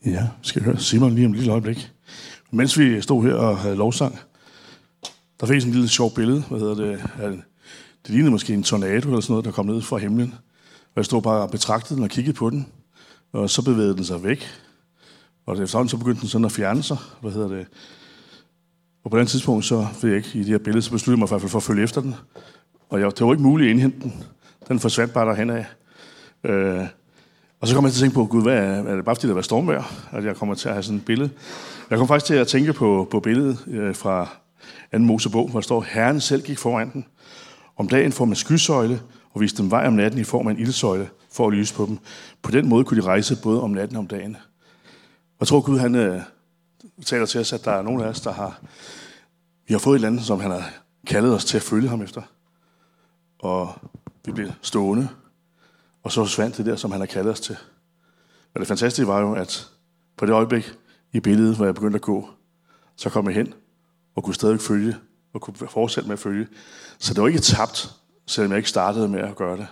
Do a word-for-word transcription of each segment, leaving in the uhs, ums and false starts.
Ja, skal høre Simon lige om et lille øjeblik. Mens vi stod her og havde lovsang, der fik sådan et lille sjovt billede. Hvad hedder det? Det lignede måske en tornado eller sådan noget, der kom ned fra himlen. Og jeg stod bare og betragtede den og kiggede på den. Og så bevægede den sig væk. Og efterhånden så begyndte den sådan at fjerne sig. Hvad hedder det? Og på den tidspunkt, så ved jeg ikke, i det her billede, så besluttede jeg mig i hvert fald for at følge efter den. Og jeg, det var ikke muligt at indhente den. Den forsvandt bare derhen af. Øh, og så kom jeg til at tænke på, gud, hvad er, er det bare fordi, der var stormvejr, at jeg kommer til at have sådan et billede. Jeg kom faktisk til at tænke på, på billedet øh, fra anden Mosebog, hvor der står, Herren selv gik foran den. Om dagen får man skysøjle, og viste dem vej om natten i form af en ildsøjle, for at lyse på dem. På den måde kunne de rejse både om natten og om dagen. Og jeg tror, Gud han øh, taler til os, at der er nogen af os, der har, vi har fået et eller andet, som han har kaldet os til at følge ham efter. Og vi bliver stående, og så forsvandt det der, som han har kaldet os til. Men det fantastiske var jo, at på det øjeblik i billedet, hvor jeg begyndte at gå, så kom jeg hen og kunne stadig følge, og kunne fortsætte med at følge. Så det var ikke tabt, selvom jeg ikke startede med at gøre det.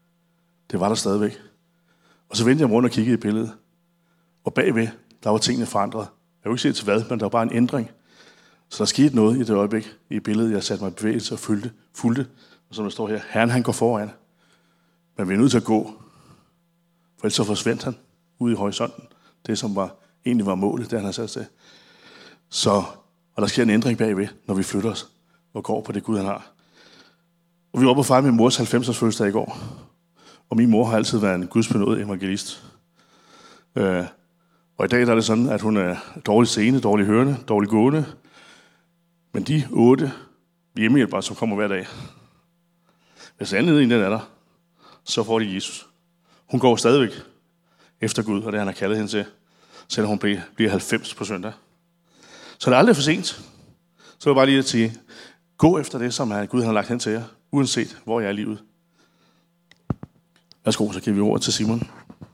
Det var der stadigvæk. Og så vendte jeg rundt og kiggede i billedet. Og bagved, der var tingene forandret. Jeg kunne ikke se til hvad, men der var bare en ændring. Så der skete noget i det øjeblik i billedet. Jeg satte mig i bevægelse og fulgte, fulgte. Og som der står her, Herren han går foran. Men vi er nødt til at gå. For ellers så forsvandt han ude i horisonten. Det som var, egentlig var målet, det han har sat til. Så, og der sker en ændring bagved, når vi flytter os og går på det Gud han har. Og vi var oppe og fejre min mors halvfems-års fødselsdag i går. Og min mor har altid været en gudsbenådet evangelist. Øh, og i dag der er det sådan, at hun er dårligt seende, dårligt hørende, dårligt gående. Men de otte hjemmehjælpere, som kommer hver dag, hvis anledningen den er der, så får de Jesus. Hun går stadigvæk efter Gud, og det han har kaldet hende til, selvom hun bliver halvfems på søndag. Så det er aldrig for sent. Så vil jeg bare lige at sige, gå efter det, som Gud har lagt hen til jer, uanset hvor jeg er i livet. Værsgo, så giver vi ordet til Simon.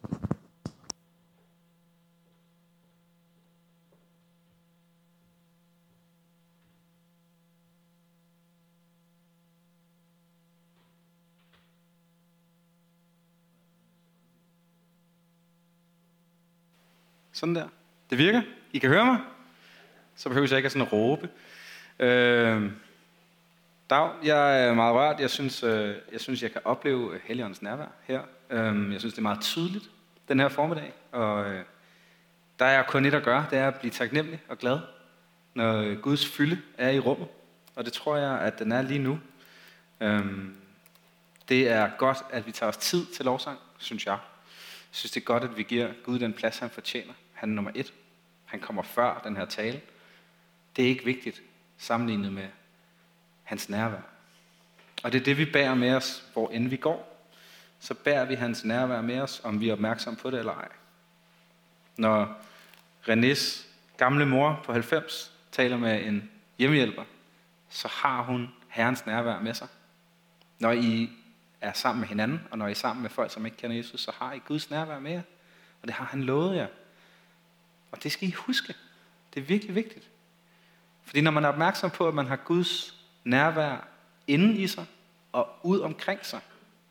Sådan der. Det virker. I kan høre mig. Så behøver jeg ikke at sådan at råbe. Øh, Dag, jeg er meget rørt. Jeg synes, øh, jeg synes, jeg kan opleve Helligåndens nærvær her. Øh, jeg synes, det er meget tydeligt den her formiddag. Og øh, der er kun et at gøre, det er at blive taknemmelig og glad, når Guds fylde er i rummet. Og det tror jeg, at den er lige nu. Øh, det er godt, at vi tager os tid til lovsang, synes jeg. Jeg synes, det er godt, at vi giver Gud den plads, han fortjener. Han er nummer et. Han kommer før den her tale. Det er ikke vigtigt sammenlignet med hans nærvær. Og det er det, vi bærer med os, hvor end vi går. Så bærer vi hans nærvær med os, om vi er opmærksomme på det eller ej. Når Renés gamle mor på halvfems taler med en hjemmehjælper, så har hun Herrens nærvær med sig. Når I er sammen med hinanden, og når I er sammen med folk, som ikke kender Jesus, så har I Guds nærvær med jer. Og det har han lovet jer. Og det skal I huske. Det er virkelig vigtigt. Fordi når man er opmærksom på, at man har Guds nærvær inden i sig og ud omkring sig,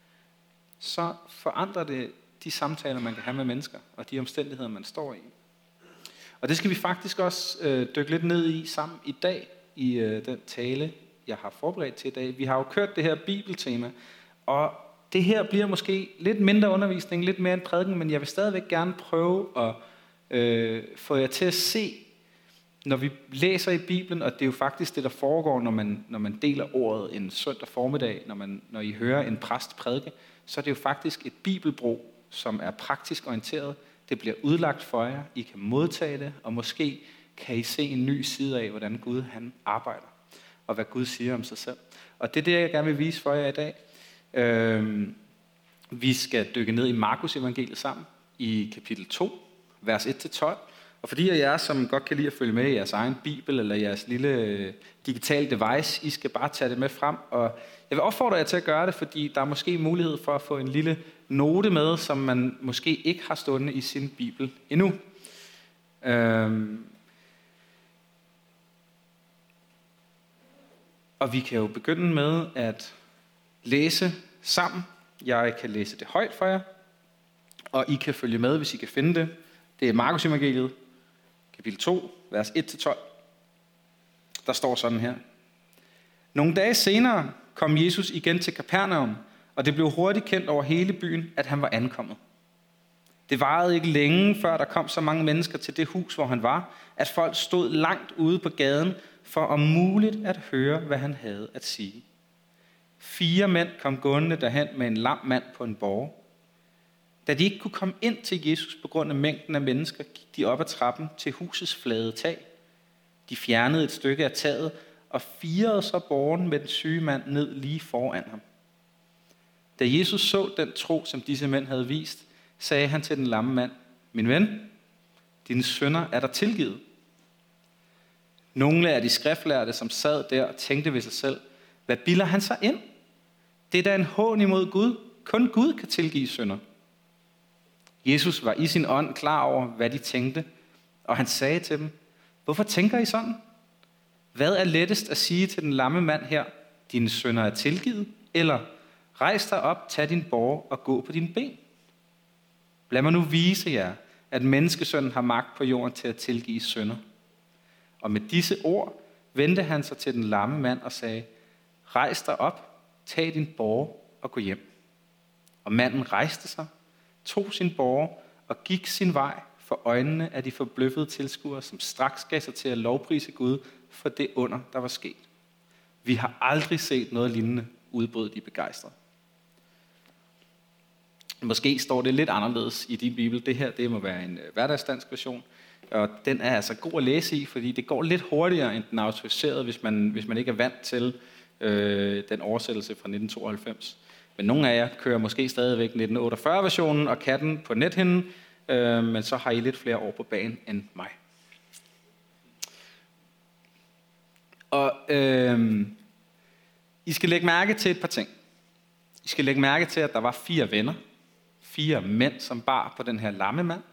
så forandrer det de samtaler, man kan have med mennesker og de omstændigheder, man står i. Og det skal vi faktisk også øh, dykke lidt ned i sammen i dag, i øh, den tale, jeg har forberedt til i dag. Vi har jo kørt det her bibeltema, og det her bliver måske lidt mindre undervisning, lidt mere en prædiken, men jeg vil stadigvæk gerne prøve at øh, få jer til at se, når vi læser i Bibelen, og det er jo faktisk det, der foregår, når man, når man deler ordet en søndag formiddag, når, man, når I hører en præst prædike, så er det jo faktisk et bibelbrug, som er praktisk orienteret. Det bliver udlagt for jer, I kan modtage det, og måske kan I se en ny side af, hvordan Gud han arbejder, og hvad Gud siger om sig selv. Og det er det, jeg gerne vil vise for jer i dag. Øhm, vi skal dykke ned i Markus evangeliet sammen, i kapitel to, vers et til tolv. Og fordi af jer, som godt kan lide at følge med i jeres egen bibel, eller jeres lille digitale device, I skal bare tage det med frem. Og jeg vil opfordre jer til at gøre det, fordi der er måske mulighed for at få en lille note med, som man måske ikke har stående i sin bibel endnu. Øhm. Og vi kan jo begynde med at læse sammen. Jeg kan læse det højt for jer, og I kan følge med, hvis I kan finde det. Det er Markus evangeliet, kapitel to, vers et til tolv. Der står sådan her. Nogle dage senere kom Jesus igen til Kapernaum, og det blev hurtigt kendt over hele byen, at han var ankommet. Det varede ikke længe, før der kom så mange mennesker til det hus, hvor han var, at folk stod langt ude på gaden for om muligt at høre, hvad han havde at sige. Fire mænd kom gående derhen med en lam mand på en båre. Da de ikke kunne komme ind til Jesus på grund af mængden af mennesker, gik de op ad trappen til husets flade tag. De fjernede et stykke af taget og firede så båren med den syge mand ned lige foran ham. Da Jesus så den tro, som disse mænd havde vist, sagde han til den lamme mand, min ven, dine synder er der tilgivet. Nogle af de skriftlærde, som sad der og tænkte ved sig selv, hvad bilder han sig ind? Det er da en hån imod Gud. Kun Gud kan tilgive synder. Jesus var i sin ånd klar over, hvad de tænkte, og han sagde til dem, hvorfor tænker I sådan? Hvad er lettest at sige til den lamme mand her, dine synder er tilgivet, eller rejs dig op, tag din båre og gå på dine ben? Lad mig nu vise jer, at menneskesønnen har magt på jorden til at tilgive synder. Og med disse ord vendte han sig til den lamme mand og sagde, rejs dig op, tag din båre og gå hjem. Og manden rejste sig, tog sin båre og gik sin vej for øjnene af de forbløffede tilskuere, som straks gav sig til at lovprise Gud for det under, der var sket. Vi har aldrig set noget lignende, udbrød de begejstrede. Måske står det lidt anderledes i din bibel. Det her, det må være en hverdagsdansk version. Og den er altså god at læse i, fordi det går lidt hurtigere end den autoriserede, hvis man, hvis man ikke er vant til øh, den oversættelse fra nitten tooghalvfems. Men nogle af jer kører måske stadigvæk nitten otteogfyrre-versionen og kan den på nethinden, øh, men så har I lidt flere år på banen end mig. Og øh, I skal lægge mærke til et par ting. I skal lægge mærke til, at der var fire venner. Fire mænd, som bar på den her lamme mand.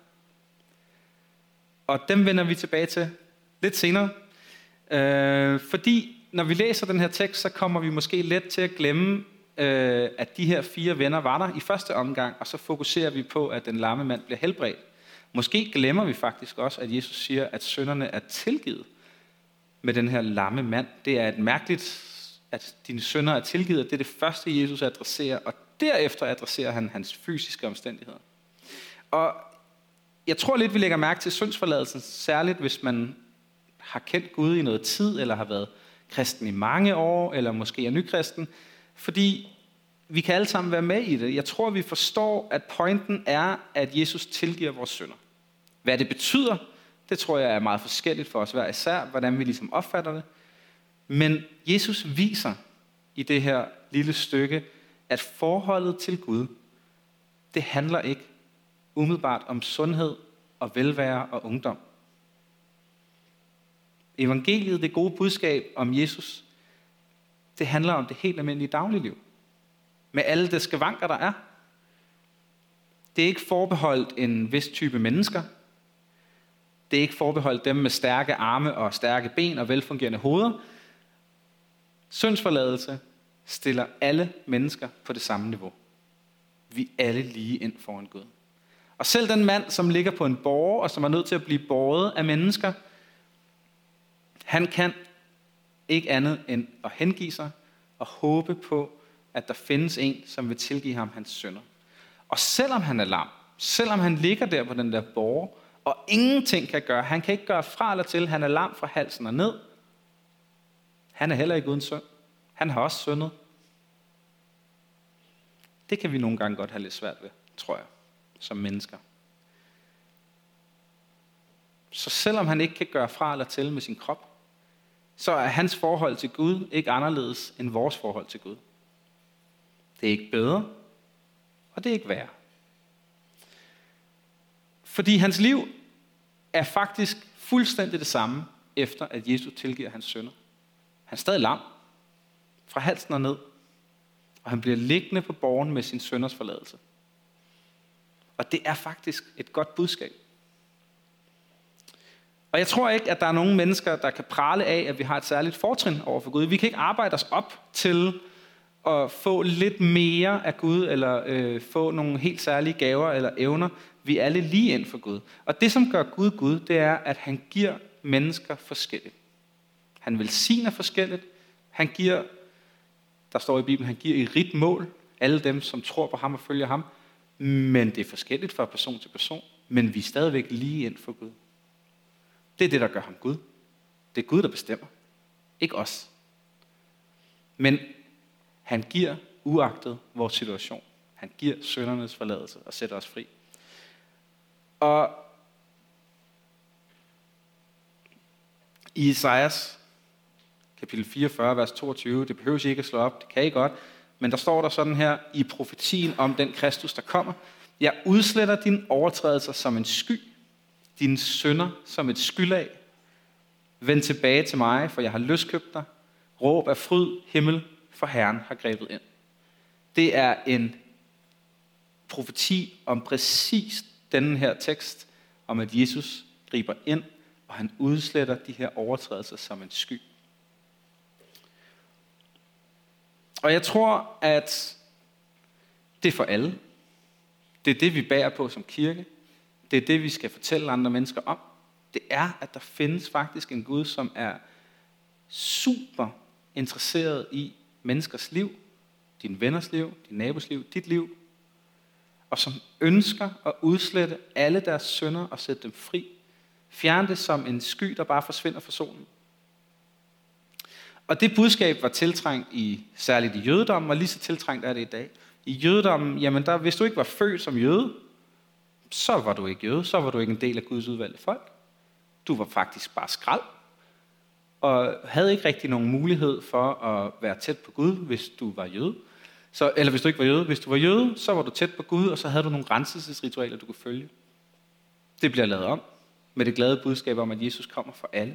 Og dem vender vi tilbage til lidt senere. Øh, fordi når vi læser den her tekst, så kommer vi måske let til at glemme, øh, at de her fire venner var der i første omgang, og så fokuserer vi på, at den lamme mand bliver helbredt. Måske glemmer vi faktisk også, at Jesus siger, at synderne er tilgivet med den her lamme mand. Det er et mærkeligt, at dine synder er tilgivet. Det er det første, Jesus adresserer, og derefter adresserer han hans fysiske omstændigheder. Og jeg tror lidt, vi lægger mærke til syndsforladelsen, særligt hvis man har kendt Gud i noget tid, eller har været kristen i mange år, eller måske er nykristen, fordi vi kan alle sammen være med i det. Jeg tror, vi forstår, at pointen er, at Jesus tilgiver vores synder. Hvad det betyder, det tror jeg er meget forskelligt for os hver især, hvordan vi ligesom opfatter det. Men Jesus viser i det her lille stykke, at forholdet til Gud, det handler ikke umiddelbart om sundhed og velvære og ungdom. Evangeliet, det gode budskab om Jesus, det handler om det helt almindelige dagligliv. Med alle de skavanker, der er. Det er ikke forbeholdt en vis type mennesker. Det er ikke forbeholdt dem med stærke arme og stærke ben og velfungerende hoveder. Syndsforladelse stiller alle mennesker på det samme niveau. Vi er alle lige ind foran Gud. Og selv den mand, som ligger på en båre, og som er nødt til at blive båret af mennesker, han kan ikke andet end at hengive sig og håbe på, at der findes en, som vil tilgive ham hans synder. Og selvom han er lam, selvom han ligger der på den der båre, og ingenting kan gøre, han kan ikke gøre fra eller til, han er lam fra halsen og ned, han er heller ikke uden synd. Han har også syndet. Det kan vi nogle gange godt have lidt svært ved, tror jeg, som mennesker. Så selvom han ikke kan gøre fra eller til med sin krop, så er hans forhold til Gud ikke anderledes end vores forhold til Gud. Det er ikke bedre, og det er ikke værre. Fordi hans liv er faktisk fuldstændig det samme, efter at Jesus tilgiver hans synder. Han er stadig lam, fra halsen og ned, og han bliver liggende på borgen med sin synders forladelse. Og det er faktisk et godt budskab. Og jeg tror ikke, at der er nogen mennesker, der kan prale af, at vi har et særligt fortrin over for Gud. Vi kan ikke arbejde os op til at få lidt mere af Gud, eller øh, få nogle helt særlige gaver eller evner. Vi er alle lige ind for Gud. Og det, som gør Gud Gud, det er, at han giver mennesker forskelligt. Han velsigner forskelligt. Han giver, der står i Bibelen, han giver i rigt mål alle dem, som tror på ham og følger ham. Men det er forskelligt fra person til person. Men vi er stadigvæk lige ind for Gud. Det er det, der gør ham Gud. Det er Gud, der bestemmer. Ikke os. Men han giver uagtet vores situation. Han giver syndernes forladelse og sætter os fri. Og i Esajas kapitel fireogfyrre, vers toogtyve, det behøves I ikke at slå op, det kan I godt, men der står der sådan her i profetien om den Kristus, der kommer: Jeg udsletter dine overtrædelser som en sky, dine synder som et skylag. Vend tilbage til mig, for jeg har løskøbt dig. Råb af fryd, himmel, for Herren har grebet ind. Det er en profeti om præcis denne her tekst, om at Jesus griber ind, og han udsletter de her overtrædelser som en sky. Og jeg tror, at det er for alle. Det er det, vi bærer på som kirke. Det er det, vi skal fortælle andre mennesker om. Det er, at der findes faktisk en Gud, som er super interesseret i menneskers liv, dine venners liv, din nabos liv, dit liv, og som ønsker at udslette alle deres synder og sætte dem fri. Fjerne det som en sky, der bare forsvinder fra solen. Og det budskab var tiltrængt i, særligt i jødedommen, og lige så tiltrængt er det i dag. I jødedommen, jamen der, hvis du ikke var født som jøde, så var du ikke jøde, så var du ikke en del af Guds udvalgte folk. Du var faktisk bare skrald, og havde ikke rigtig nogen mulighed for at være tæt på Gud, hvis du var jøde. Så, eller hvis du ikke var jøde. Hvis du var jøde, så var du tæt på Gud, og så havde du nogle renselsesritualer, du kunne følge. Det bliver lavet om med det glade budskab om, at Jesus kommer for alle.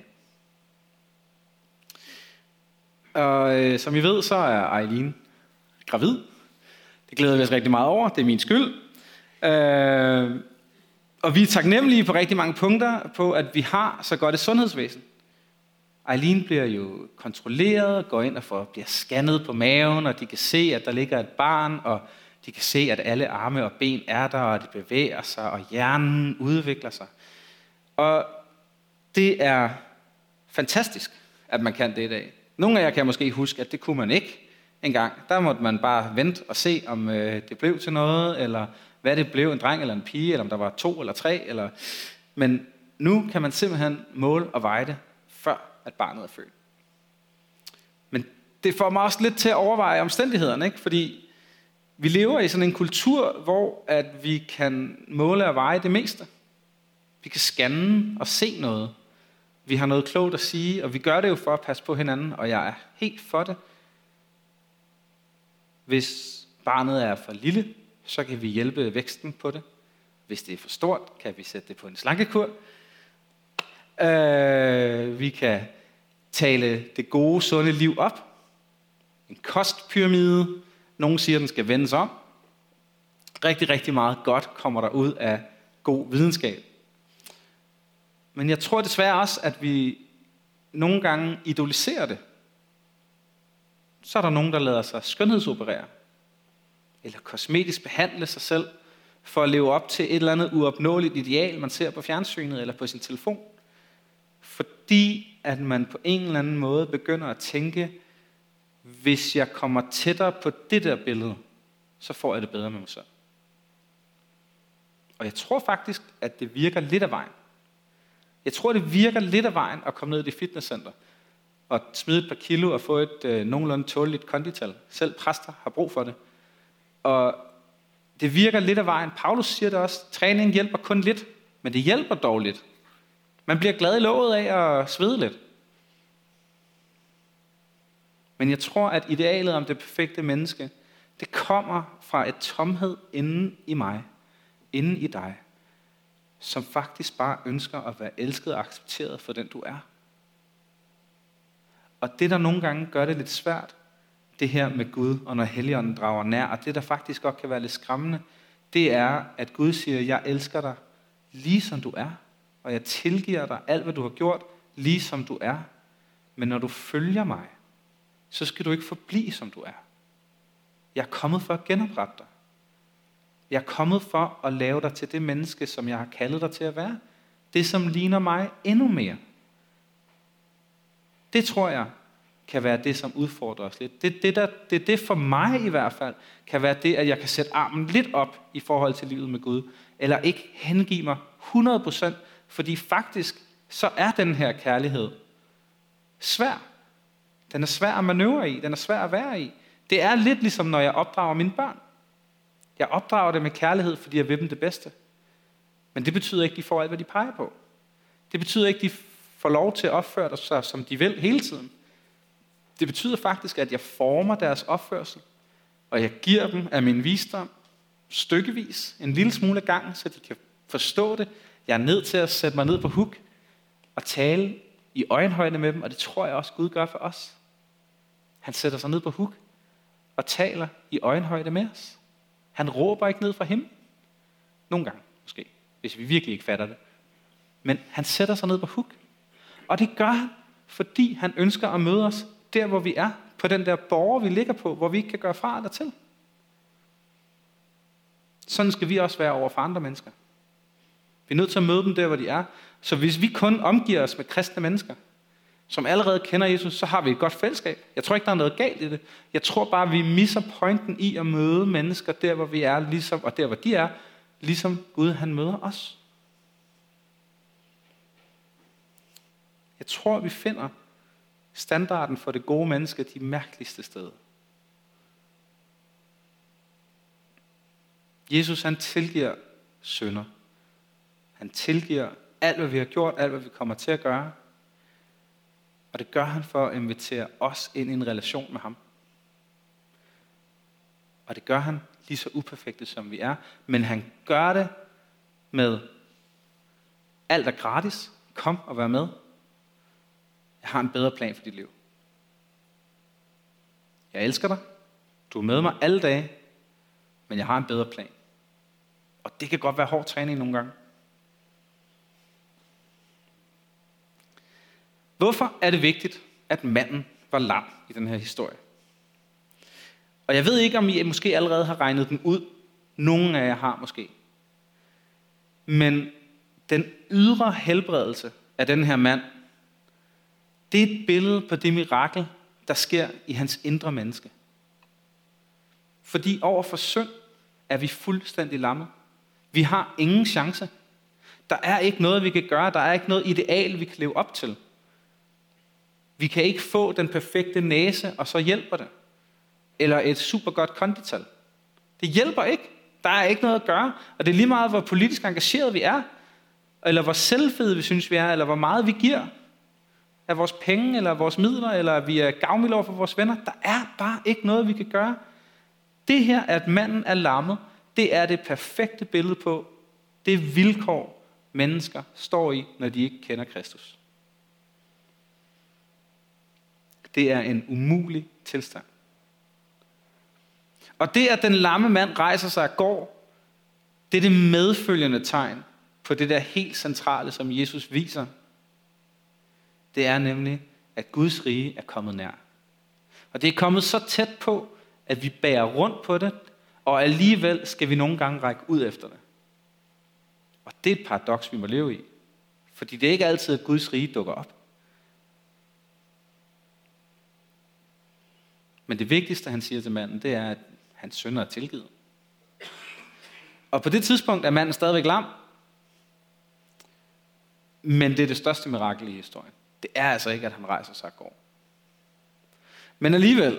Og øh, som I ved, så er Eileen gravid. Det glæder vi os rigtig meget over. Det er min skyld. Øh, og vi er taknemmelige på rigtig mange punkter på, at vi har så godt et sundhedsvæsen. Eileen bliver jo kontrolleret, går ind og får, bliver scannet på maven, og de kan se, at der ligger et barn, og de kan se, at alle arme og ben er der, og de bevæger sig, og hjernen udvikler sig. Og det er fantastisk, at man kan det i dag. Nogle af jer kan måske huske, at det kunne man ikke engang. Der måtte man bare vente og se, om øh, det blev til noget, eller hvad det blev, en dreng eller en pige, eller om der var to eller tre. Eller... Men nu kan man simpelthen måle og veje det, før at barnet er født. Men det får mig også lidt til at overveje omstændighederne, ikke? Fordi vi lever i sådan en kultur, hvor at vi kan måle og veje det meste. Vi kan scanne og se noget. Vi har noget klogt at sige, og vi gør det jo for at passe på hinanden, og jeg er helt for det. Hvis barnet er for lille, så kan vi hjælpe væksten på det. Hvis det er for stort, kan vi sætte det på en slankekur. Øh, vi kan tale det gode, sunde liv op. En kostpyramide. Nogle siger, at den skal vendes om. Rigtig, rigtig meget godt kommer der ud af god videnskab. Men jeg tror desværre også, at vi nogle gange idoliserer det. Så er der nogen, der lader sig skønhedsoperere. Eller kosmetisk behandle sig selv, for at leve op til et eller andet uopnåeligt ideal, man ser på fjernsynet eller på sin telefon. Fordi at man på en eller anden måde begynder at tænke, hvis jeg kommer tættere på det der billede, så får jeg det bedre med mig selv. Og jeg tror faktisk, at det virker lidt af vejen. Jeg tror, det virker lidt af vejen at komme ned i det fitnesscenter og smide et par kilo og få et øh, nogenlunde tåleligt kondital. Selv præster har brug for det. Og det virker lidt af vejen. Paulus siger det også, træning hjælper kun lidt, men det hjælper dog lidt. Man bliver glad i låget af at svede lidt. Men jeg tror, at idealet om det perfekte menneske, det kommer fra et tomhed inden i mig, inden i dig, som faktisk bare ønsker at være elsket og accepteret for den du er. Og det der nogle gange gør det lidt svært, det her med Gud, og når Helligånden drager nær, og det der faktisk godt kan være lidt skræmmende, det er, at Gud siger, jeg elsker dig lige som du er, og jeg tilgiver dig alt, hvad du har gjort, lige som du er. Men når du følger mig, så skal du ikke forblive som du er. Jeg er kommet for at genoprette dig. Jeg er kommet for at lave dig til det menneske, som jeg har kaldet dig til at være. Det, som ligner mig endnu mere. Det tror jeg kan være det, som udfordrer os lidt. Det, det, der, det er det for mig i hvert fald, kan være det, at jeg kan sætte armen lidt op i forhold til livet med Gud. Eller ikke hengive mig hundrede procent, fordi faktisk så er den her kærlighed svær. Den er svær at manøvrere i. Den er svær at være i. Det er lidt ligesom, når jeg opdrager mine børn. Jeg opdrager dem med kærlighed, fordi jeg vil dem det bedste. Men det betyder ikke, at de får alt, hvad de peger på. Det betyder ikke, at de får lov til at opføre sig, som de vil hele tiden. Det betyder faktisk, at jeg former deres opførsel, og jeg giver dem af min visdom stykkevis, en lille smule af gangen, så de kan forstå det. Jeg er nødt til at sætte mig ned på huk og tale i øjenhøjde med dem, og det tror jeg også, Gud gør for os. Han sætter sig ned på huk og taler i øjenhøjde med os. Han råber ikke ned fra himlen. Nogle gange måske, hvis vi virkelig ikke fatter det. Men han sætter sig ned på huk. Og det gør han, fordi han ønsker at møde os der, hvor vi er. På den der borger, vi ligger på, hvor vi ikke kan gøre fra eller til. Sådan skal vi også være over for andre mennesker. Vi er nødt til at møde dem der, hvor de er. Så hvis vi kun omgiver os med kristne mennesker, som allerede kender Jesus, så har vi et godt fællesskab. Jeg tror ikke, der er noget galt i det. Jeg tror bare, vi misser pointen i at møde mennesker der, hvor vi er, ligesom, og der, hvor de er, ligesom Gud, han møder os. Jeg tror, vi finder standarden for det gode menneske de mærkeligste steder. Jesus, han tilgiver synder. Han tilgiver alt, hvad vi har gjort, alt, hvad vi kommer til at gøre. Og det gør han for at invitere os ind i en relation med ham. Og det gør han lige så uperfekte, som vi er. Men han gør det med alt er gratis. Kom og vær med. Jeg har en bedre plan for dit liv. Jeg elsker dig. Du er med mig alle dage. Men jeg har en bedre plan. Og det kan godt være hård træning nogle gange. Hvorfor er det vigtigt, at manden var lam i den her historie? Og jeg ved ikke, om I måske allerede har regnet den ud. Nogle af jer har måske. Men den ydre helbredelse af den her mand, det er et billede på det mirakel, der sker i hans indre menneske. Fordi over for synd er vi fuldstændig lammet. Vi har ingen chance. Der er ikke noget, vi kan gøre. Der er ikke noget ideal, vi kan leve op til. Vi kan ikke få den perfekte næse, og så hjælper det. Eller et super godt kondital. Det hjælper ikke. Der er ikke noget at gøre. Og det er lige meget, hvor politisk engageret vi er. Eller hvor selvfede vi synes, vi er. Eller hvor meget vi giver af vores penge, eller vores midler, eller vi er gavmilde over for vores venner. Der er bare ikke noget, vi kan gøre. Det her, at manden er lammet, det er det perfekte billede på det vilkår, mennesker står i, når de ikke kender Kristus. Det er en umulig tilstand. Og det, at den lamme mand rejser sig og går, det er det medfølgende tegn på det der helt centrale, som Jesus viser. Det er nemlig, at Guds rige er kommet nær. Og det er kommet så tæt på, at vi bærer rundt på det, og alligevel skal vi nogle gange række ud efter det. Og det er et paradoks, vi må leve i. Fordi det er ikke altid, at Guds rige dukker op. Men det vigtigste, han siger til manden, det er, at hans synder er tilgivet. Og på det tidspunkt er manden stadigvæk lam. Men det er det største mirakel i historien. Det er altså ikke, at han rejser sig og går. Men alligevel,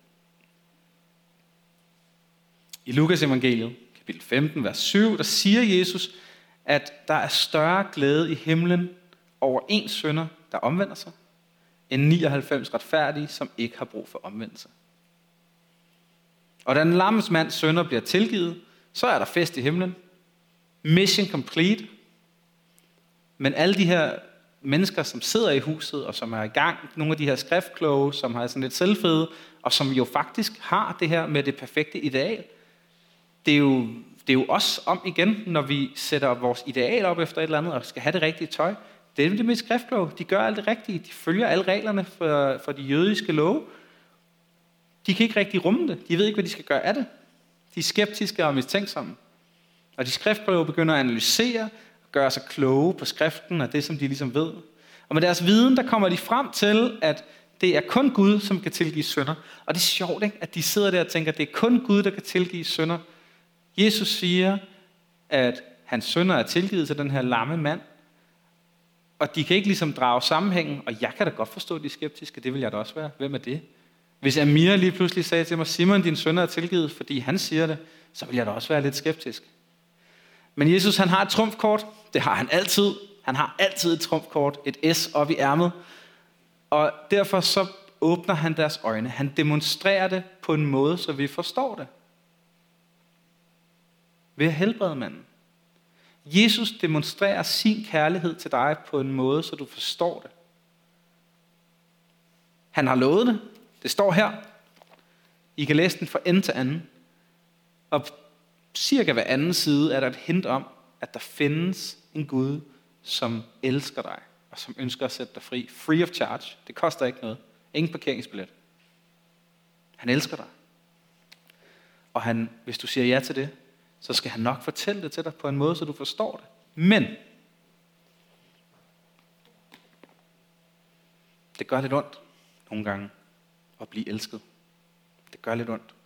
i Lukas evangeliet, kapitel femten, vers syv, der siger Jesus, at der er større glæde i himlen over en synder, der omvender sig, end nioghalvfems retfærdige, som ikke har brug for omvendelse. Og da den lammes mands synder bliver tilgivet, så er der fest i himlen. Mission complete. Men alle de her mennesker, som sidder i huset, og som er i gang, nogle af de her skriftkloge, som har sådan lidt selvfede, og som jo faktisk har det her med det perfekte ideal. Det er jo, det er jo os om igen, når vi sætter vores ideal op efter et eller andet, og skal have det rigtige tøj. Det er det med skriftkloge. De gør alt det rigtige. De følger alle reglerne for, for de jødiske love. De kan ikke rigtig rumme det. De ved ikke, hvad de skal gøre af det. De er skeptiske og mistænksomme. Og de skriftkloge begynder at analysere og gøre sig kloge på skriften og det, som de ligesom ved. Og med deres viden, der kommer de frem til, at det er kun Gud, som kan tilgive synder. Og det er sjovt, ikke? At de sidder der og tænker, at det er kun Gud, der kan tilgive synder. Jesus siger, at hans synder er tilgivet til den her lamme mand. Og de kan ikke ligesom drage sammenhængen. Og jeg kan da godt forstå, at de er skeptiske. Det vil jeg da også være. Hvem er det? Hvis Amir lige pludselig sagde til mig, Simon, din synder er tilgivet, fordi han siger det, så vil jeg da også være lidt skeptisk. Men Jesus, han har et trumfkort. Det har han altid. Han har altid et trumfkort, et S op i ærmet. Og derfor så åbner han deres øjne. Han demonstrerer det på en måde, så vi forstår det. Ved at helbrede manden. Jesus demonstrerer sin kærlighed til dig på en måde, så du forstår det. Han har lovet det. Det står her. I kan læse den fra ende til anden. Og cirka hver anden side er der et hint om, at der findes en Gud, som elsker dig, og som ønsker at sætte dig fri. Free of charge. Det koster ikke noget. Ingen parkeringsbillet. Han elsker dig. Og han, hvis du siger ja til det, så skal han nok fortælle det til dig på en måde, så du forstår det. Men det gør lidt ondt nogle gange at blive elsket. Det gør lidt ondt.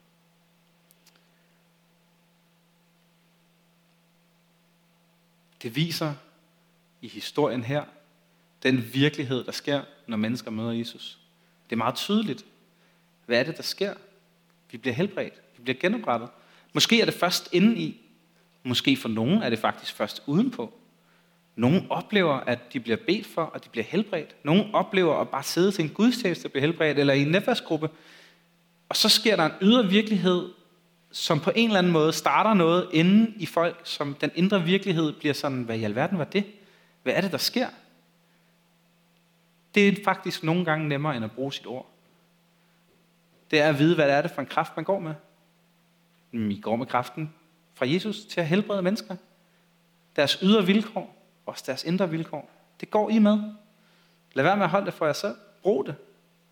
Det viser i historien her den virkelighed, der sker, når mennesker møder Jesus. Det er meget tydeligt. Hvad er det, der sker? Vi bliver helbredt. Vi bliver genoprettet. Måske er det først indeni. Måske for nogen er det faktisk først udenpå. Nogle oplever, at de bliver bedt for, og de bliver helbredt. Nogle oplever at bare sidde til en gudstjeneste og blive helbredt, eller i en netværksgruppe. Og så sker der en ydre virkelighed, som på en eller anden måde starter noget inde i folk, som den indre virkelighed bliver sådan, hvad i alverden var det? Hvad er det, der sker? Det er faktisk nogle gange nemmere, end at bruge sit ord. Det er at vide, hvad det er det for en kraft, man går med. I går med kraften fra Jesus til at helbrede mennesker. Deres ydre vilkår, også deres indre vilkår. Det går I med. Lad være med at holde det for jer selv. Brug det.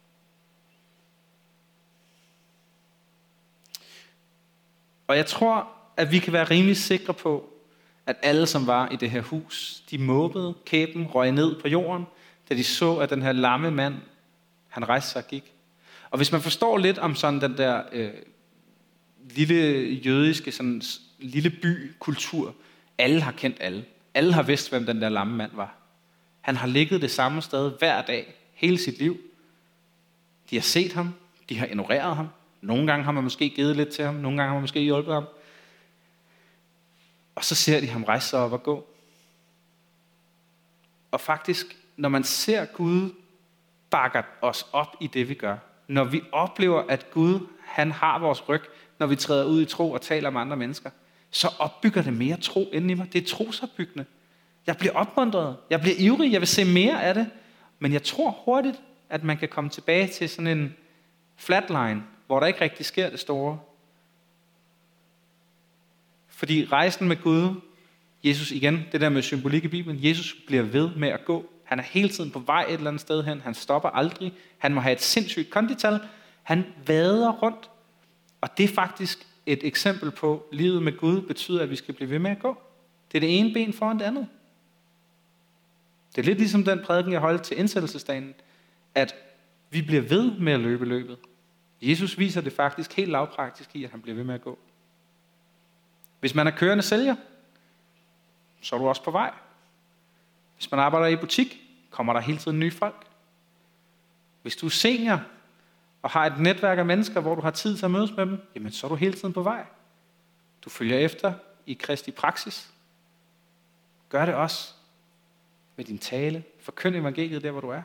Og jeg tror, at vi kan være rimelig sikre på, at alle, som var i det her hus, de måbede, kæben røg ned på jorden, da de så, at den her lamme mand, han rejste sig og gik. Og hvis man forstår lidt om sådan den der øh, lille jødiske, sådan lille by-kultur, alle har kendt alle. Alle har vidst, hvem den der lamme mand var. Han har ligget det samme sted hver dag, hele sit liv. De har set ham, de har ignoreret ham. Nogle gange har man måske givet lidt til ham, nogle gange har man måske hjulpet ham. Og så ser de ham rejse sig op og gå. Og faktisk, når man ser Gud bakker os op i det, vi gør, når vi oplever, at Gud, han har vores ryg, når vi træder ud i tro og taler om andre mennesker, så opbygger det mere tro inden i mig. Det er trosopbyggende. Jeg bliver opmuntret. Jeg bliver ivrig. Jeg vil se mere af det. Men jeg tror hurtigt, at man kan komme tilbage til sådan en flatline, hvor der ikke rigtig sker det store. Fordi rejsen med Gud, Jesus igen, det der med symbolik i Bibelen, Jesus bliver ved med at gå. Han er hele tiden på vej et eller andet sted hen. Han stopper aldrig. Han må have et sindssygt kondital. Han vader rundt. Og det er faktisk et eksempel på, at livet med Gud betyder, at vi skal blive ved med at gå. Det er det ene ben foran det andet. Det er lidt ligesom den prædiken, jeg holdt til indsættelsesdagen, at vi bliver ved med at løbe løbet. Jesus viser det faktisk helt lavpraktisk i, at han bliver ved med at gå. Hvis man er kørende sælger, så er du også på vej. Hvis man arbejder i butik, kommer der hele tiden nye folk. Hvis du er senior og har et netværk af mennesker, hvor du har tid til at mødes med dem, jamen så er du hele tiden på vej. Du følger efter i Kristi praksis. Gør det også med din tale. Forkynd evangeliet der, hvor du er.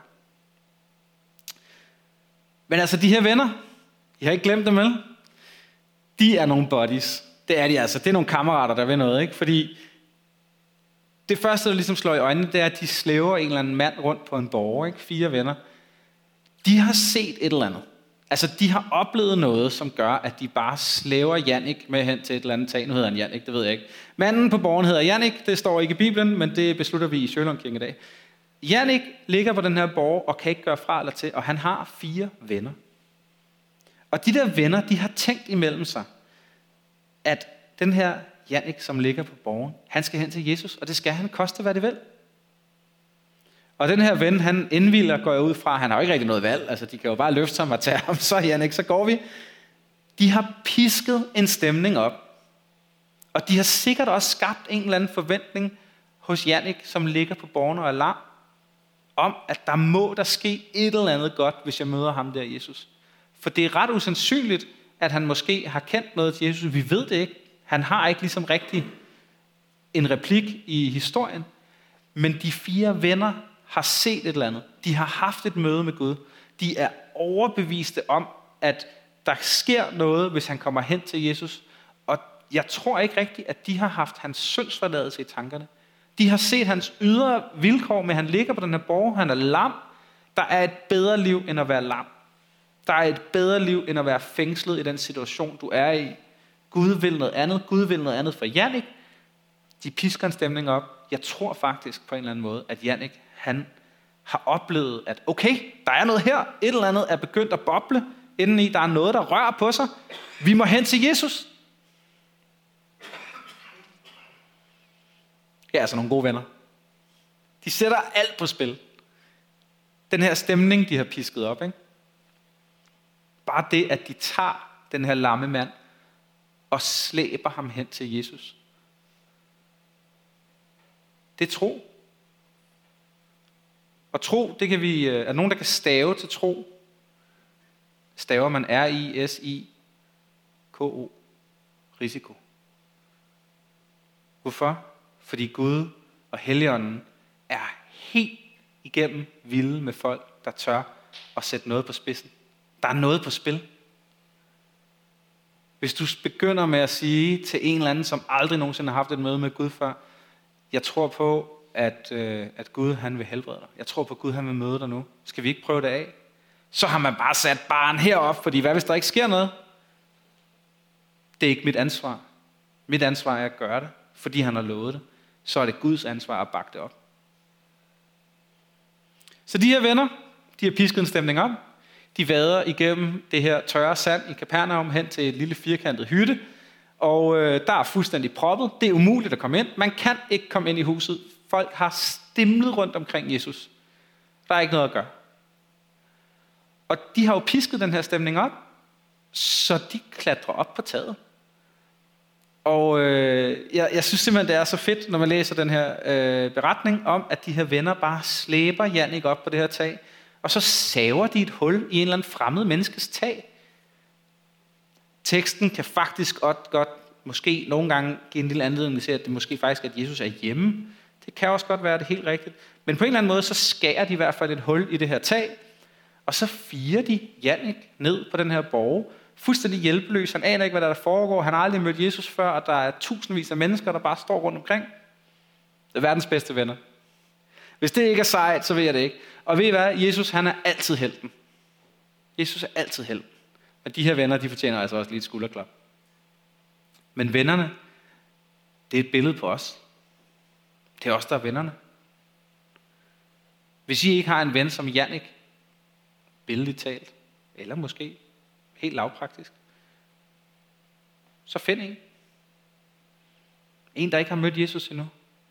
Men altså de her venner, jeg har ikke glemt dem, vel? De er nogle buddies. Det er de altså. Det er nogle kammerater, der vil noget, ikke? Fordi det første, der ligesom slår i øjnene, det er, at de slæver en eller anden mand rundt på en borger, ikke? Fire venner. De har set et eller andet. Altså, de har oplevet noget, som gør, at de bare slæver Jannik med hen til et eller andet tag. Nu hedder han Jannik, det ved jeg ikke. Manden på borgen hedder Jannik, det står ikke i Bibelen, men det beslutter vi i Sjølundkirken i dag. Jannik ligger på den her borg og kan ikke gøre fra eller til, og han har fire venner. Og de der venner, de har tænkt imellem sig, at den her Jannik, som ligger på borgen, han skal hen til Jesus, og det skal han koste, hvad det vil. Og den her ven, han indvilder, går jeg ud fra, han har jo ikke rigtig noget valg, altså de kan jo bare løfte sig og tage ham, så Jannik, så går vi. De har pisket en stemning op, og de har sikkert også skabt en eller anden forventning hos Jannik, som ligger på borgen og er lam, om at der må der ske et eller andet godt, hvis jeg møder ham der, Jesus. For det er ret usandsynligt, at han måske har kendt noget til Jesus. Vi ved det ikke. Han har ikke ligesom rigtig en replik i historien. Men de fire venner har set et eller andet. De har haft et møde med Gud. De er overbeviste om, at der sker noget, hvis han kommer hen til Jesus. Og jeg tror ikke rigtigt, at de har haft hans syndsforladelse i tankerne. De har set hans ydre vilkår med, at han ligger på den her borg. Han er lam. Der er et bedre liv, end at være lam. Der er et bedre liv, end at være fængslet i den situation, du er i. Gud vil noget andet. Gud vil noget andet for Jannik. De pisker en stemning op. Jeg tror faktisk på en eller anden måde, at Jannik, han har oplevet, at okay, der er noget her. Et eller andet er begyndt at boble indeni. Der er noget, der rører på sig. Vi må hen til Jesus. Ja, altså nogle gode venner. De sætter alt på spil. Den her stemning, de har pisket op, ikke? Bare det, at de tager den her lamme mand og slæber ham hen til Jesus. Det er tro. Og tro, det kan vi, er der nogen, der kan stave til tro? Staver man R I S I K O. Risiko. Hvorfor? Fordi Gud og Helligånden er helt igennem vilde med folk, der tør at sætte noget på spidsen. Der er noget på spil. Hvis du begynder med at sige til en eller anden, som aldrig nogensinde har haft et møde med Gud før, jeg tror på, at, øh, at Gud han vil helbrede dig. Jeg tror på, at Gud han vil møde dig nu. Skal vi ikke prøve det af? Så har man bare sat barren herop, fordi hvad hvis der ikke sker noget? Det er ikke mit ansvar. Mit ansvar er at gøre det, fordi han har lovet det. Så er det Guds ansvar at bakke det op. Så de her venner, de har pisket en stemning op. De vader igennem det her tørre sand i Kapernaum hen til et lille firkantet hytte. Og øh, der er fuldstændig proppet. Det er umuligt at komme ind. Man kan ikke komme ind i huset. Folk har stimlet rundt omkring Jesus. Der er ikke noget at gøre. Og de har jo pisket den her stemning op, så de klatrer op på taget. Og øh, jeg, jeg synes simpelthen, det er så fedt, når man læser den her øh, beretning om, at de her venner bare slæber Jannik op på det her tag, og så saver de et hul i en eller anden fremmed menneskes tag. Teksten kan faktisk godt, godt måske nogle gange give en lille anledning til, at det måske faktisk er, at Jesus er hjemme. Det kan også godt være, det helt rigtigt. Men på en eller anden måde, så skærer de i hvert fald et hul i det her tag, og så firer de Jannik ned på den her borg, fuldstændig hjælpeløs. Han aner ikke, hvad der foregår. Han har aldrig mødt Jesus før, og der er tusindvis af mennesker, der bare står rundt omkring. Det er verdens bedste venner. Hvis det ikke er sejt, så ved jeg det ikke. Og ved I hvad? Jesus, han er altid helten. Jesus er altid helten. Og de her venner, de fortjener altså også lige et skulderklap. Men vennerne, det er et billede på os. Det er os, der er vennerne. Hvis I ikke har en ven som Jannik, billedligt talt, eller måske helt lavpraktisk, så find en. En, der ikke har mødt Jesus endnu.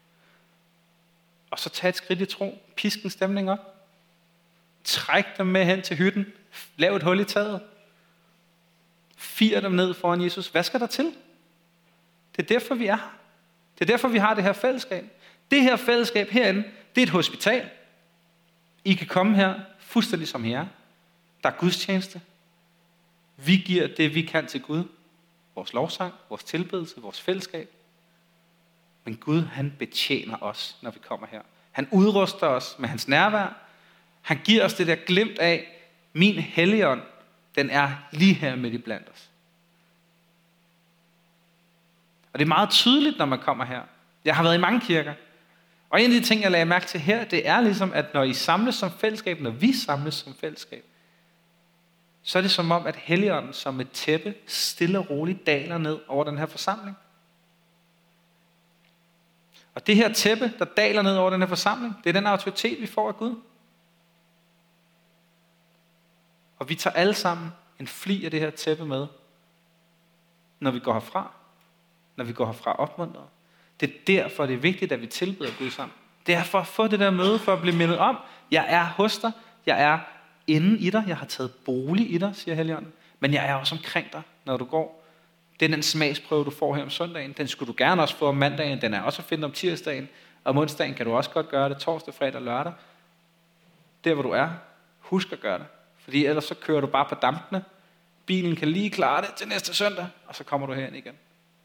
Og så tag et skridt i tro. Pisk en stemning op. Træk dem med hen til hytten. Lav et hul i taget. Fir dem ned foran Jesus. Hvad skal der til? Det er derfor, vi er her. Det er derfor, vi har det her fællesskab. Det her fællesskab herinde, det er et hospital. I kan komme her fuldstændig som her. Der er gudstjeneste. Vi giver det, vi kan til Gud. Vores lovsang, vores tilbedelse, vores fællesskab. Men Gud, han betjener os, når vi kommer her. Han udruster os med hans nærvær. Han giver os det der glimt af, min Helligånd, den er lige her midt i blandt os. Og det er meget tydeligt, når man kommer her. Jeg har været i mange kirker. Og en af de ting, jeg lagde mærke til her, det er ligesom, at når I samles som fællesskab, når vi samles som fællesskab, så er det som om, at Helligånden som et tæppe stille og roligt daler ned over den her forsamling. Og det her tæppe, der daler ned over den her forsamling, det er den autoritet, vi får af Gud. Og vi tager alle sammen en fli af det her tæppe med, når vi går herfra. Når vi går herfra opmuntret. Det er derfor, det er vigtigt, at vi tilbeder Gud sammen. Det er for at få det der møde, for at blive mindet om, jeg er hos dig, jeg er inde i dig, jeg har taget bolig i dig, siger Helligånden, men jeg er også omkring dig, når du går. Det er den smagsprøve, du får her om søndagen. Den skulle du gerne også få om mandagen, den er også at finde om tirsdagen, og om onsdagen kan du også godt gøre det, torsdag, fredag og lørdag. Der hvor du er, husk at gøre det, fordi ellers så kører du bare på dampene. Bilen kan lige klare det til næste søndag, og så kommer du herind igen.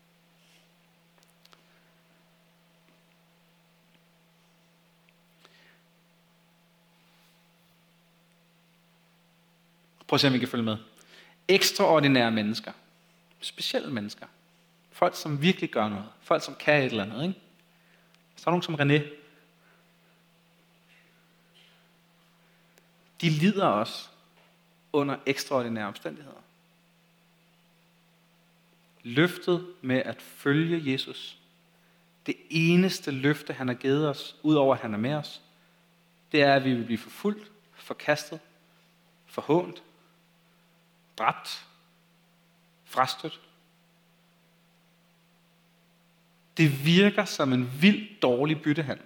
Prøv at se, om I kan følge med. Ekstraordinære mennesker. Specielle mennesker. Folk, som virkelig gør noget. Folk, som kan et eller andet. Ikke? Så er nogen som René. De lider også under ekstraordinære omstændigheder. Løftet med at følge Jesus. Det eneste løfte, han har givet os, udover at han er med os, det er, at vi vil blive forfulgt, forkastet, forhånt, dræbt, frastødt. Det virker som en vild dårlig byttehandel.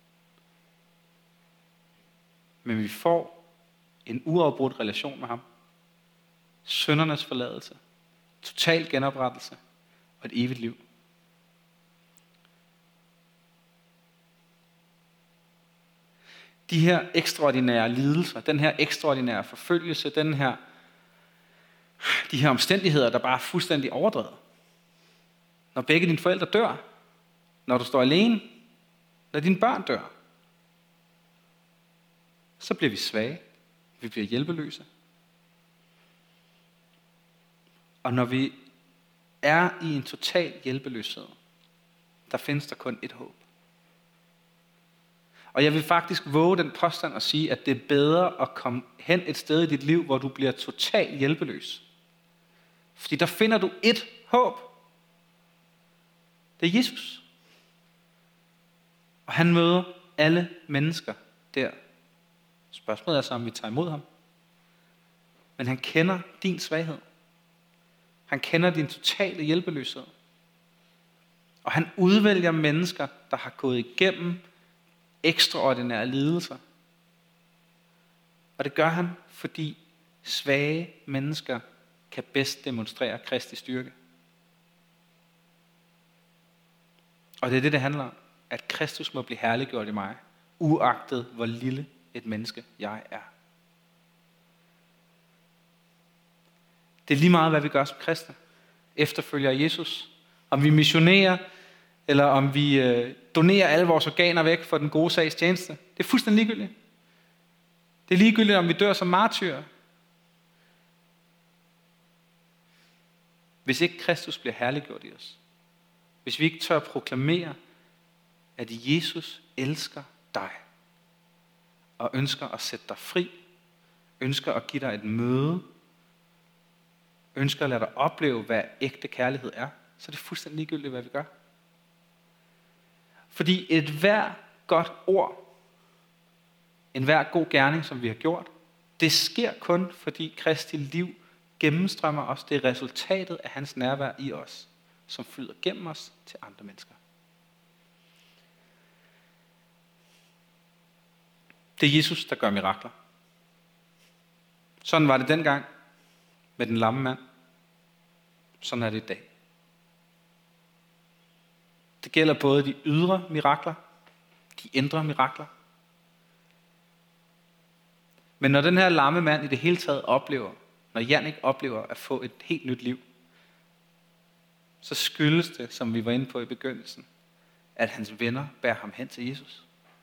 Men vi får en uafbrudt relation med ham. Syndernes forladelse, total genoprettelse og et evigt liv. De her ekstraordinære lidelser, den her ekstraordinære forfølgelse, den her, de her omstændigheder, der bare er fuldstændig overdrevet. Når begge dine forældre dør, når du står alene, når dine børn dør, så bliver vi svage, vi bliver hjælpeløse. Og når vi er i en total hjælpeløshed, der findes der kun et håb. Og jeg vil faktisk våge den påstand at sige, at det er bedre at komme hen et sted i dit liv, hvor du bliver totalt hjælpeløs. Fordi der finder du et håb. Det er Jesus. Og han møder alle mennesker der. Spørgsmålet er så, om vi tager imod ham. Men han kender din svaghed. Han kender din totale hjælpeløshed. Og han udvælger mennesker, der har gået igennem ekstraordinære lidelser. Og det gør han, fordi svage mennesker kan bedst demonstrere Kristi styrke. Og det er det, det handler om. At Kristus må blive herliggjort i mig, uagtet hvor lille et menneske jeg er. Det er lige meget, hvad vi gør som kristne. Efterfølger Jesus. Om vi missionerer, eller om vi øh, donerer alle vores organer væk for den gode sags tjeneste. Det er fuldstændig ligegyldigt. Det er ligegyldigt, om vi dør som martyrer. Hvis ikke Kristus bliver herliggjort i os. Hvis vi ikke tør proklamere, at Jesus elsker dig. Og ønsker at sætte dig fri. Ønsker at give dig et møde. Ønsker at lade dig opleve, hvad ægte kærlighed er. Så er det fuldstændig ligegyldigt, hvad vi gør. Fordi et hver godt ord, en hver god gerning, som vi har gjort, det sker kun, fordi Kristi liv gennemstrømmer os. Det er resultatet af hans nærvær i os, som flyder gennem os til andre mennesker. Det er Jesus, der gør mirakler. Sådan var det dengang med den lamme mand. Sådan er det i dag. Det gælder både de ydre mirakler, de indre mirakler. Men når den her lamme mand i det hele taget oplever, når Jannik oplever at få et helt nyt liv, så skyldes det, som vi var inde på i begyndelsen, at hans venner bærer ham hen til Jesus.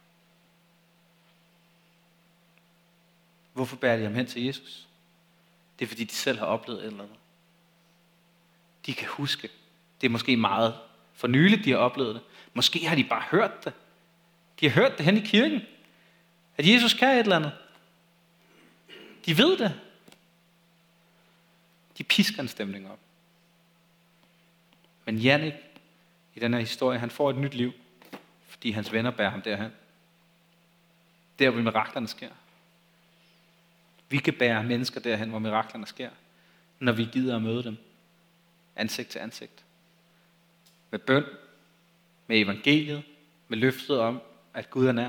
Hvorfor bærer de ham hen til Jesus? Det er fordi, de selv har oplevet et eller andet. De kan huske. Det er måske meget for nyligt, de har oplevet det. Måske har de bare hørt det. De har hørt det hen i kirken. At Jesus kan et eller andet. De ved det. De pisker en stemning op. Men Jannik, i den her historie, han får et nyt liv, fordi hans venner bærer ham derhen. Der, hvor miraklerne sker. Vi kan bære mennesker derhen, hvor miraklerne sker. når vi gider at møde dem ansigt til ansigt. Med bøn, med evangeliet, med løftet om, at Gud er nær.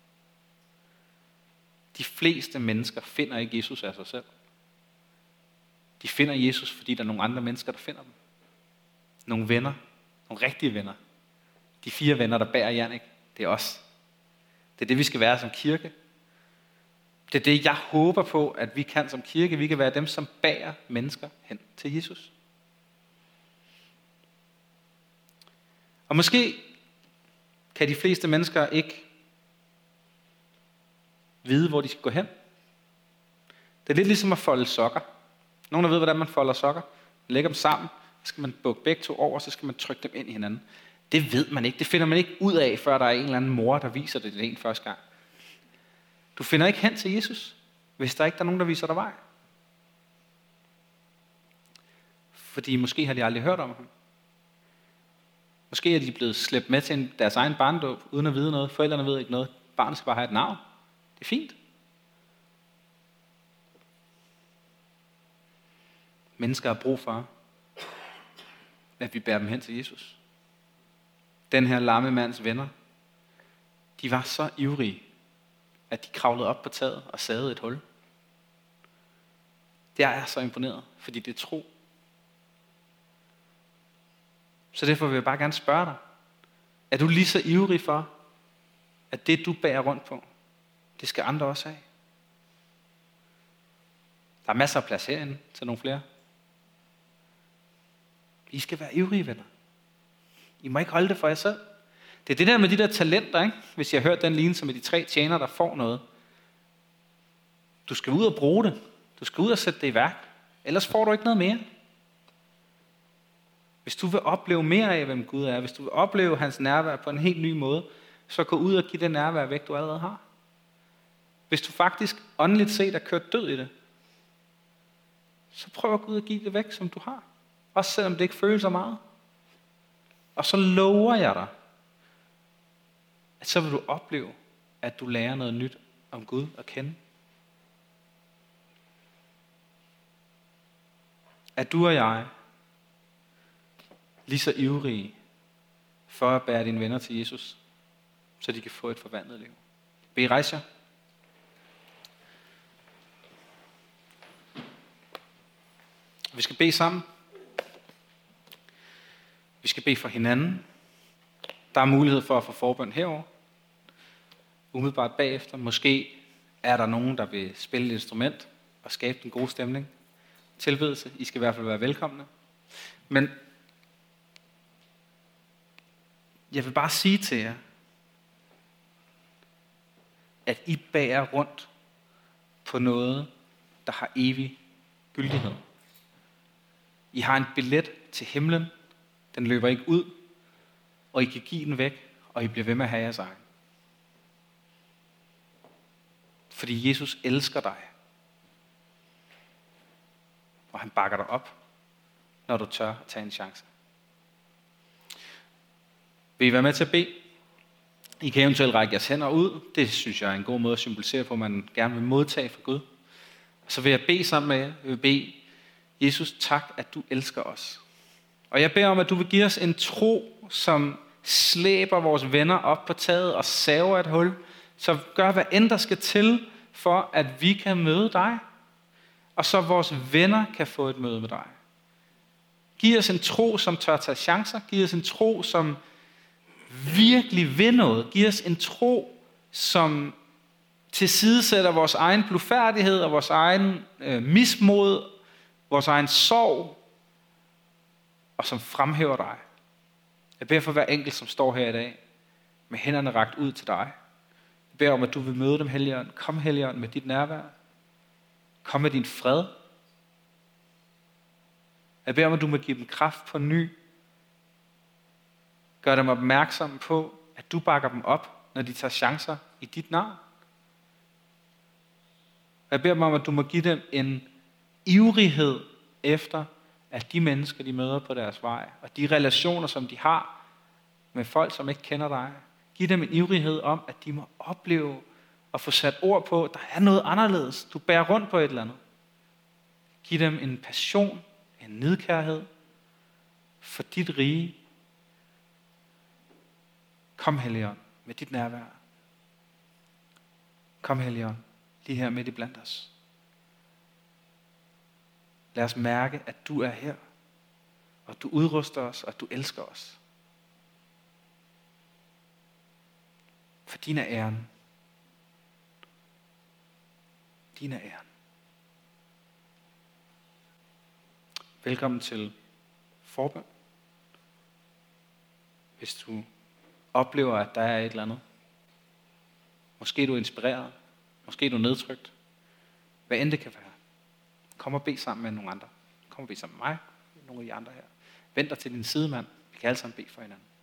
De fleste mennesker finder ikke Jesus af sig selv. De finder Jesus, fordi der er nogle andre mennesker, der finder dem. Nogle venner, nogle rigtige venner. De fire venner, der bærer Jannik, det er os. Det er det, vi skal være som kirke. Det er det, jeg håber på, at vi kan som kirke. Vi kan være dem, som bærer mennesker hen til Jesus. Og måske kan de fleste mennesker ikke vide, hvor de skal gå hen. Det er lidt ligesom at folde sokker. Nogen, der ved, hvordan man folder sokker. Man lægger dem sammen, så skal man bukke begge to over, så skal man trykke dem ind i hinanden. Det ved man ikke. Det finder man ikke ud af, før der er en eller anden mor, der viser det til en første gang. Du finder ikke hen til Jesus, hvis der ikke er nogen, der viser dig vej. Fordi måske har de aldrig hørt om ham. Måske er de blevet slæbt med til deres egen barndåb, uden at vide noget. Forældrene ved ikke noget. Barnet skal bare have et navn. Det er fint. Mennesker har brug for, at vi bærer dem hen til Jesus. Den her lamme mands venner, de var så ivrige, at de kravlede op på taget og savede et hul. Det er jeg så imponeret, fordi det er tro. Så derfor vil jeg bare gerne spørge dig, er du lige så ivrig for, at det du bærer rundt på, det skal andre også have? Der er masser af plads herinde til nogle flere. I skal være ivrige, venner. I må ikke holde det for jer selv. Det er det der med de der talenter, ikke? Hvis jeg har hørt den lignelse med de tre tjenere, der får noget. Du skal ud og bruge det. Du skal ud og sætte det i værk. Ellers får du ikke noget mere. Hvis du vil opleve mere af, hvem Gud er, hvis du vil opleve hans nærvær på en helt ny måde, så gå ud og give det nærvær væk, du allerede har. Hvis du faktisk åndeligt set er kørt død i det, så prøv at gå ud og give det væk, som du har. Også selvom det ikke føles så meget. Og så lover jeg dig, at så vil du opleve, at du lærer noget nyt om Gud at kende. At du og jeg, lige så ivrige for at bære dine venner til Jesus, så de kan få et forvandlet liv. Vil I rejse jer? Vi skal bede sammen. Vi skal bede for hinanden. Der er mulighed for at få forbøn herover. Umiddelbart bagefter. Måske er der nogen, der vil spille et instrument og skabe den gode stemning. Tilbedelse. I skal i hvert fald være velkomne. Men jeg vil bare sige til jer, at I bærer rundt på noget, der har evig gyldighed. I har en billet til himlen. Den løber ikke ud, og I kan give den væk, og I bliver ved med at have jeres egen. Fordi Jesus elsker dig. Og han bakker dig op, når du tør at tage en chance. Vil I være med til at bede? I kan eventuelt række jeres hænder ud. Det synes jeg er en god måde at symbolisere på, at man gerne vil modtage fra Gud. Og så vil jeg bede sammen med jer. Jeg vil bede, Jesus, tak, at du elsker os. Og jeg beder om, at du vil give os en tro, som slæber vores venner op på taget og saver et hul, så gør, hvad end der skal til, for at vi kan møde dig, og så vores venner kan få et møde med dig. Giv os en tro, som tør tage chancer. Giv os en tro, som virkelig vil noget. Giv os en tro, som tilsidesætter vores egen blufærdighed og vores egen øh, mismod, vores egen sorg, og som fremhæver dig. Jeg beder for hver enkelt, som står her i dag, med hænderne rakt ud til dig. Jeg beder om, at du vil møde dem, Helligånd. Kom, Helligånd, med dit nærvær. Kom med din fred. Jeg beder om, at du må give dem kraft på ny. Gør dem opmærksomme på, at du bakker dem op, når de tager chancer i dit navn. Jeg beder dem om, at du må give dem en ivrighed efter, at de mennesker, de møder på deres vej, og de relationer, som de har med folk, som ikke kender dig, giv dem en ivrighed om, at de må opleve og få sat ord på, at der er noget anderledes. Du bærer rundt på et eller andet. Giv dem en passion, en nidkærhed for dit rige. Kom, Helligånd, med dit nærvær. Kom, Helligånd, lige her midt i blandt os. Lad os mærke, at du er her, og at du udruster os, og at du elsker os. For din er æren. Din er æren. Velkommen til forbøn. Hvis du oplever, at der er et eller andet. Måske du er inspireret. Måske du er nedtrykt. Hvad end det kan være. Kom og bed sammen med nogle andre. Kom og bed sammen med mig. Nogle af de andre her. Vend dig til din sidemand. Vi kan alle sammen bede for hinanden.